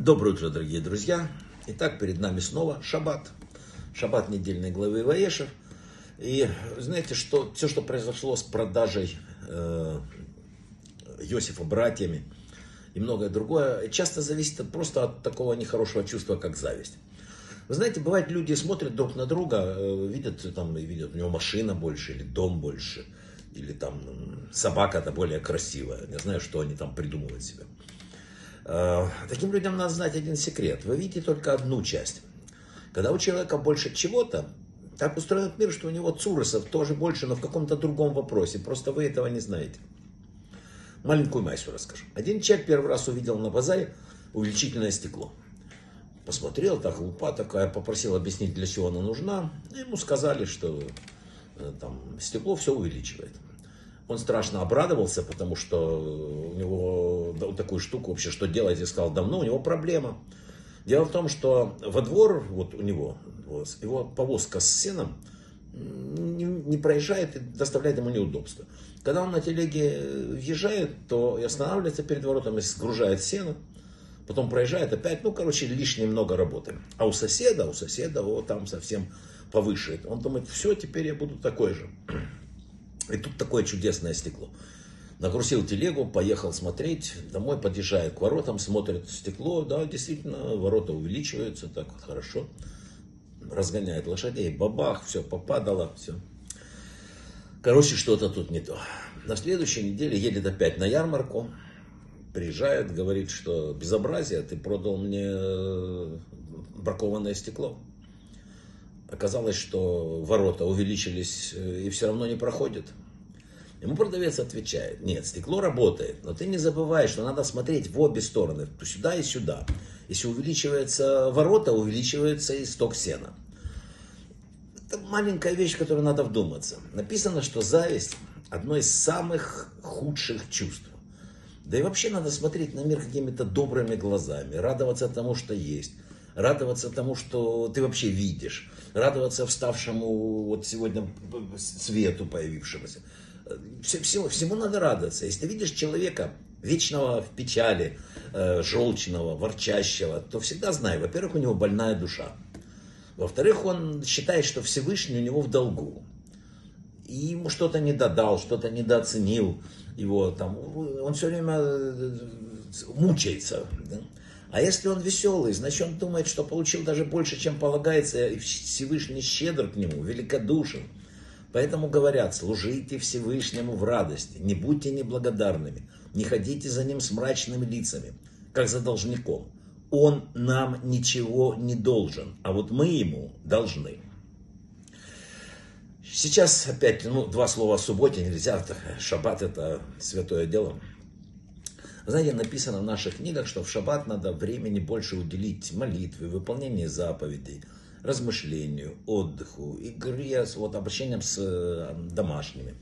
Доброе утро, дорогие друзья. Итак, перед нами снова шаббат. Шаббат недельной главы Ваешев. И знаете, что все, что произошло с продажей Иосифа братьями и многое другое, часто зависит просто от такого нехорошего чувства, как зависть. Вы знаете, бывает, люди смотрят друг на друга, видят у него машина больше, или дом больше, или там собака-то более красивая. Не знаю, что они там придумывают себе. Таким людям надо знать один секрет. Вы видите только одну часть. Когда у человека больше чего-то, так устроен мир, что у него цурысов тоже больше, но в каком-то другом вопросе. Просто вы этого не знаете. Маленькую майсу расскажу. Один человек первый раз увидел на базаре увеличительное стекло. Посмотрел, так лупа такая, попросил объяснить, для чего оно нужно. И ему сказали, что там стекло все увеличивает. Он страшно обрадовался, потому что у него такую штуку вообще, что делать, я сказал, давно, у него проблема. Дело в том, что во двор, вот у него, его повозка с сеном не проезжает и доставляет ему неудобства. Когда он на телеге въезжает, то и останавливается перед воротами, сгружает сено, потом проезжает опять, лишнее много работы. А у соседа вот там совсем повыше. Он думает, все, теперь я буду такой же. И тут такое чудесное стекло. Нагрузил телегу, поехал смотреть, домой подъезжает к воротам, смотрит стекло, да, действительно, ворота увеличиваются, так вот хорошо. Разгоняет лошадей, бабах, все, попадало, все. Что-то тут не то. На следующей неделе едет опять на ярмарку, приезжает, говорит, что безобразие, ты продал мне бракованное стекло. Оказалось, что ворота увеличились и все равно не проходят. Ему продавец отвечает, нет, стекло работает, но ты не забывай, что надо смотреть в обе стороны, то сюда и сюда. Если увеличиваются ворота, увеличивается и сток сена. Это маленькая вещь, в которую надо вдуматься. Написано, что зависть одно из самых худших чувств. Да и вообще надо смотреть на мир какими-то добрыми глазами, радоваться тому, что есть. Радоваться тому, что ты вообще видишь. Радоваться вставшему вот сегодня свету появившемуся. Всему надо радоваться. Если ты видишь человека вечного в печали, желчного, ворчащего, то всегда знай, во-первых, у него больная душа. Во-вторых, он считает, что Всевышний у него в долгу. И ему что-то не додал, что-то недооценил его. Он все время мучается. Да? А если он веселый, значит он думает, что получил даже больше, чем полагается, и Всевышний щедр к нему, великодушен. Поэтому говорят, служите Всевышнему в радости, не будьте неблагодарными, не ходите за ним с мрачными лицами, как за должником. Он нам ничего не должен, а вот мы ему должны. Сейчас опять, два слова о субботе нельзя, шаббат это святое дело. Знаете, написано в наших книгах, что в шаббат надо времени больше уделить молитве, выполнению заповедей, размышлению, отдыху, игре, обращением с домашними.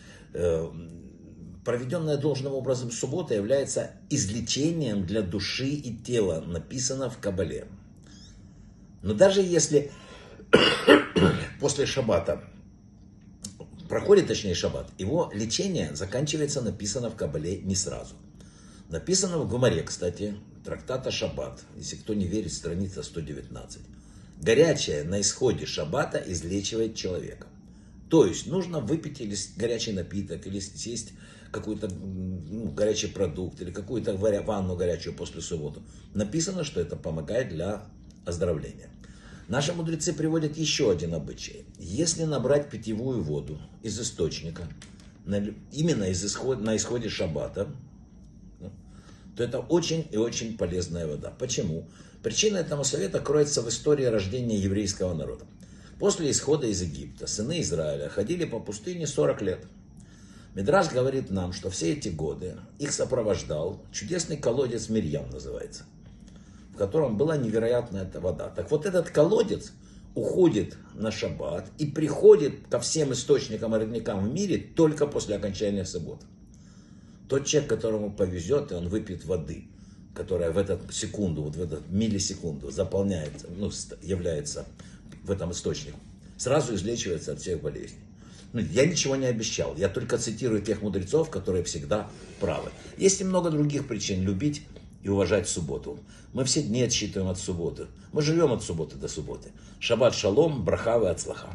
Проведенная должным образом суббота является излечением для души и тела, написано в Кабале. Но даже если после шаббата проходит, шаббат, его лечение заканчивается, написано в Кабале, не сразу. Написано в Гемаре, кстати, трактата Шаббат, если кто не верит, страница 119. Горячее на исходе шаббата излечивает человека. То есть нужно выпить или горячий напиток, или съесть какой-то горячий продукт, или какую-то ванну горячую после субботы. Написано, что это помогает для оздоровления. Наши мудрецы приводят еще один обычай. Если набрать питьевую воду из источника, именно на исходе шаббата, то это очень и очень полезная вода. Почему? Причина этому совета кроется в истории рождения еврейского народа. После исхода из Египта сыны Израиля ходили по пустыне 40 лет. Мидраш говорит нам, что все эти годы их сопровождал чудесный колодец Мирьям, называется, в котором была невероятная эта вода. Так вот этот колодец уходит на шаббат и приходит ко всем источникам и родникам в мире только после окончания субботы. Тот человек, которому повезет, и он выпьет воды, которая в эту секунду, в эту миллисекунду заполняется, является в этом источнике, сразу излечивается от всех болезней. Я ничего не обещал, я только цитирую тех мудрецов, которые всегда правы. Есть и много других причин любить и уважать субботу. Мы все дни отсчитываем от субботы. Мы живем от субботы до субботы. Шаббат шалом, браха ве ацлаха.